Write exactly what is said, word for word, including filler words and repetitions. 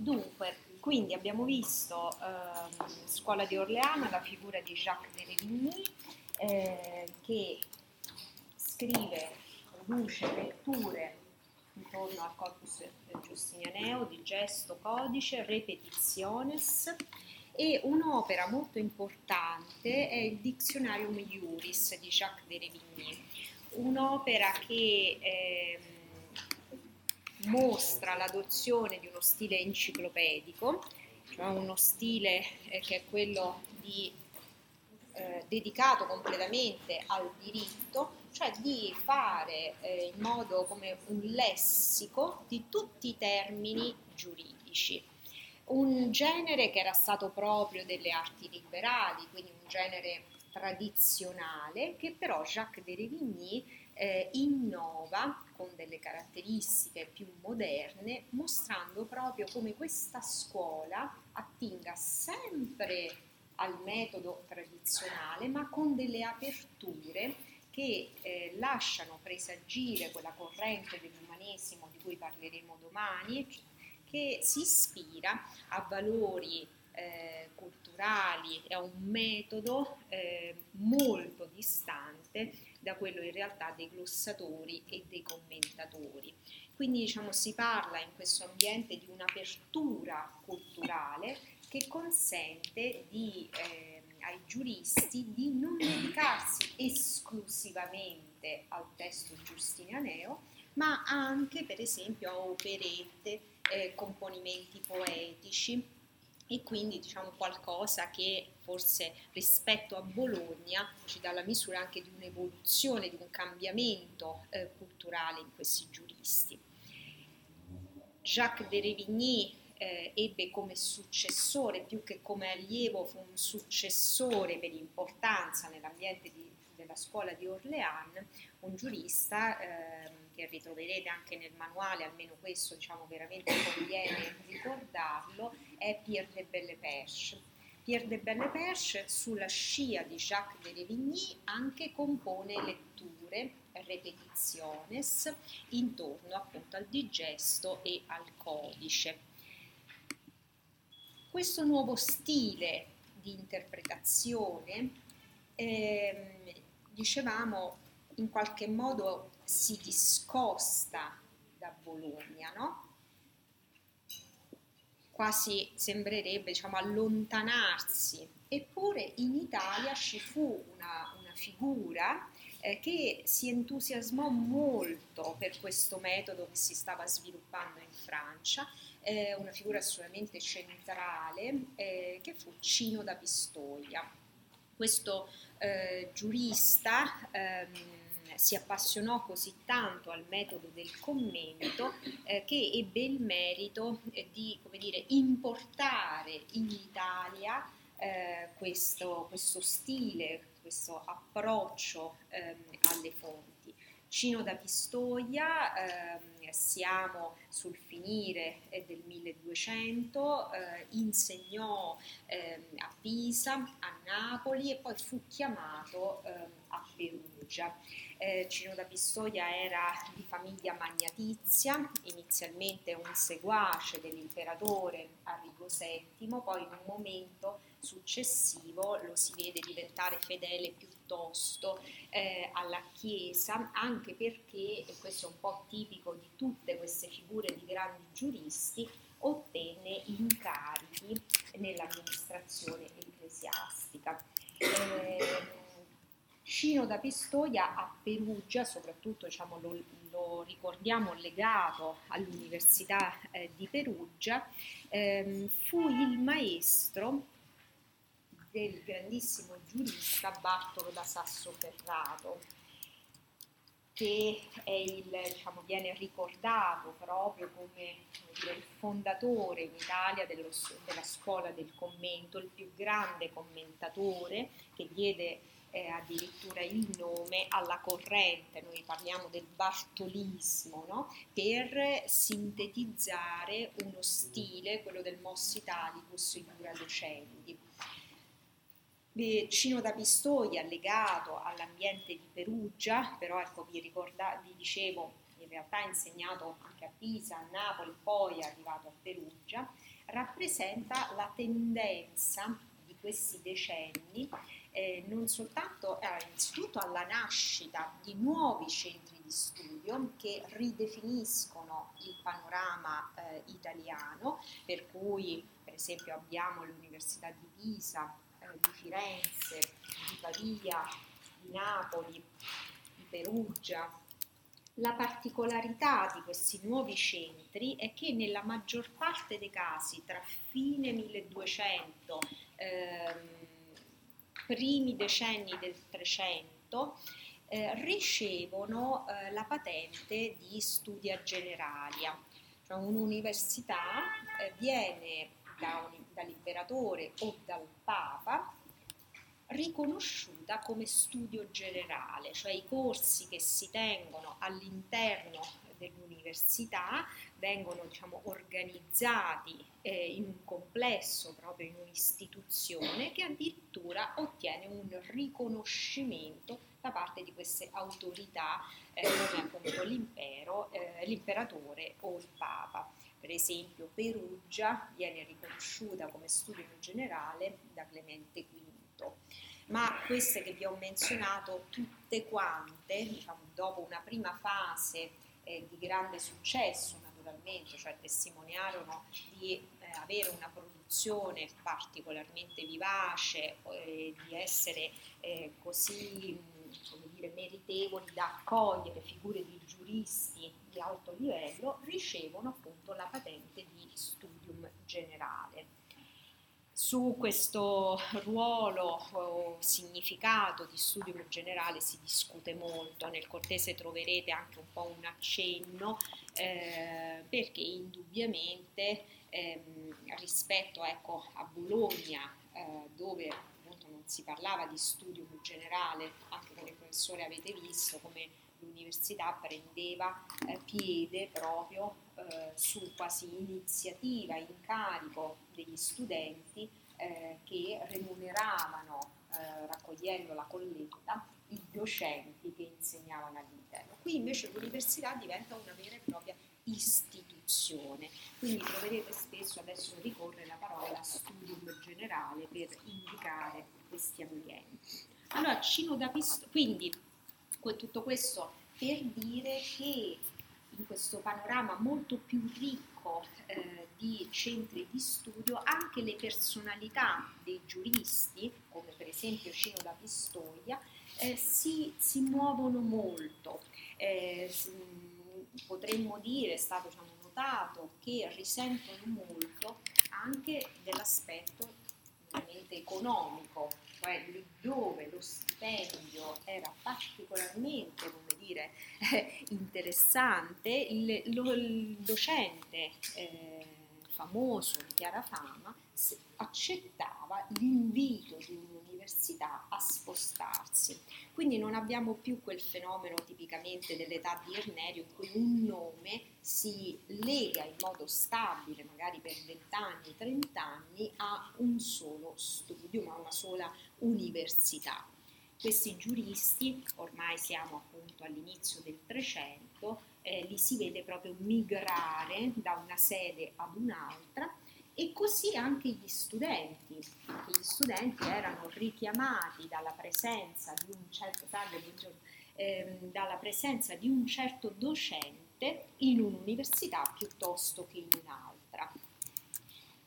Dunque, quindi abbiamo visto ehm, Scuola di Orléans, la figura di Jacques de Revigny, eh, che scrive, produce letture intorno al corpus giustinianeo di gesto, codice, repetitiones, e un'opera molto importante è il Dictionarium Iuris di Jacques de Revigny, un'opera che ehm, mostra l'adozione di uno stile enciclopedico, cioè uno stile eh, che è quello di, eh, dedicato completamente al diritto, cioè di fare eh, in modo come un lessico di tutti i termini giuridici. Un genere che era stato proprio delle arti liberali, quindi un genere tradizionale, che però Jacques de Revigny eh, innova con delle caratteristiche più moderne, mostrando proprio come questa scuola attinga sempre al metodo tradizionale, ma con delle aperture che eh, lasciano presagire quella corrente dell'umanesimo di cui parleremo domani, che si ispira a valori eh, culturali e a un metodo eh, molto distante da quello in realtà dei glossatori e dei commentatori. Quindi diciamo si parla in questo ambiente di un'apertura culturale che consente di, eh, ai giuristi di non dedicarsi esclusivamente al testo giustinianeo, ma anche per esempio a operette, eh, componimenti poetici, e quindi diciamo qualcosa che forse rispetto a Bologna ci dà la misura anche di un'evoluzione, di un cambiamento eh, culturale in questi giuristi. Jacques de Revigny eh, ebbe come successore, più che come allievo, fu un successore per importanza nell'ambiente di, della scuola di Orléans, un giurista eh, che ritroverete anche nel manuale, almeno questo diciamo veramente conviene ricordarlo, è Pierre de Belleperche. Pierre de Belleperche, sulla scia di Jacques de Revigny, anche compone letture, repetitiones, intorno appunto al digesto e al codice. Questo nuovo stile di interpretazione, ehm, dicevamo, in qualche modo si discosta da Bologna, no? Quasi sembrerebbe, diciamo, allontanarsi, eppure in Italia ci fu una, una figura eh, che si entusiasmò molto per questo metodo che si stava sviluppando in Francia, eh, una figura assolutamente centrale, eh, che fu Cino da Pistoia. Questo eh, giurista ehm, si appassionò così tanto al metodo del commento eh, che ebbe il merito eh, di, come dire, importare in Italia eh, questo, questo stile, questo approccio ehm, alle fonti. Cino da Pistoia, ehm, siamo sul finire eh, del milleduecento, eh, insegnò ehm, a Pisa, a Napoli e poi fu chiamato ehm, a Perugia. Eh, Cino da Pistoia era di famiglia magnatizia, inizialmente un seguace dell'imperatore Arrigo settimo, poi in un momento successivo lo si vede diventare fedele piuttosto eh, alla Chiesa, anche perché, e questo è un po' tipico di tutte queste figure di grandi giuristi, ottenne incarichi nell'amministrazione ecclesiastica. Eh, Cino da Pistoia a Perugia, soprattutto diciamo, lo, lo ricordiamo legato all'Università eh, di Perugia, ehm, fu il maestro del grandissimo giurista Bartolo da Sassoferrato, che è il, diciamo, viene ricordato proprio come, come dire, il fondatore in Italia dello, della scuola del commento, il più grande commentatore, che diede eh, addirittura il nome alla corrente, noi parliamo del bartolismo, no? Per sintetizzare uno stile, quello del Mos Italicus Iura Docendi. Cino da Pistoia legato all'ambiente di Perugia, però ecco vi, ricorda, vi dicevo in realtà ha insegnato anche a Pisa, a Napoli, poi è arrivato a Perugia, rappresenta la tendenza di questi decenni eh, non soltanto, eh, innanzitutto alla nascita di nuovi centri di studio che ridefiniscono il panorama eh, italiano, per cui per esempio abbiamo l'Università di Pisa, eh, di Firenze, di Pavia, di Napoli, di Perugia. La particolarità di questi nuovi centri è che nella maggior parte dei casi, tra fine milleduecento, ehm, primi decenni del trecento, eh, ricevono eh, la patente di studia generalia. Cioè un'università eh, viene da un, dall'imperatore o dal Papa riconosciuta come studio generale, cioè i corsi che si tengono all'interno dell'università vengono, diciamo, organizzati eh, in un complesso, proprio in un'istituzione che addirittura ottiene un riconoscimento da parte di queste autorità eh, come appunto l'impero, eh, l'imperatore o il Papa. Per esempio Perugia viene riconosciuta come studio generale da Clemente quinto. Ma queste che vi ho menzionato tutte quante, diciamo, dopo una prima fase eh, di grande successo naturalmente, cioè testimoniarono di eh, avere una produzione particolarmente vivace, eh, di essere eh, così mh, come dire, meritevoli da accogliere figure di giuristi di alto livello, ricevono appunto la patente di studium generale. Su questo ruolo o significato di studium generale si discute molto, nel Cortese troverete anche un po' un accenno eh, perché indubbiamente ehm, rispetto ecco, a Bologna eh, dove appunto non si parlava di studium generale, anche come professore avete visto come l'università prendeva eh, piede proprio eh, su quasi iniziativa, incarico degli studenti eh, che remuneravano, eh, raccogliendo la colletta, i docenti che insegnavano all'interno. Qui invece l'università diventa una vera e propria istituzione, quindi troverete spesso adesso ricorre la parola studium generale per indicare questi ambienti. Allora, Cino da Pistoia, quindi tutto questo per dire che in questo panorama molto più ricco eh, di centri di studio anche le personalità dei giuristi, come per esempio Cino da Pistoia, eh, si, si muovono molto. Eh, potremmo dire, è stato diciamo, notato, che risentono molto anche dell'aspetto veramente economico, cioè lì dove lo stipendio era particolarmente, come dire, eh, interessante, il, lo, il docente eh, famoso di chiara fama accettava l'invito di un'università a spostarsi. Quindi non abbiamo più quel fenomeno tipicamente dell'età di Irnerio in cui un nome si lega in modo stabile, magari per vent'anni, trent'anni, a un solo studium, a una sola università. Questi giuristi, ormai siamo appunto all'inizio del Trecento, eh, li si vede proprio migrare da una sede ad un'altra, e così anche gli studenti, perché gli studenti erano richiamati dalla presenza di un certo, salve, ehm, dalla presenza di un certo docente in un'università piuttosto che in un'altra.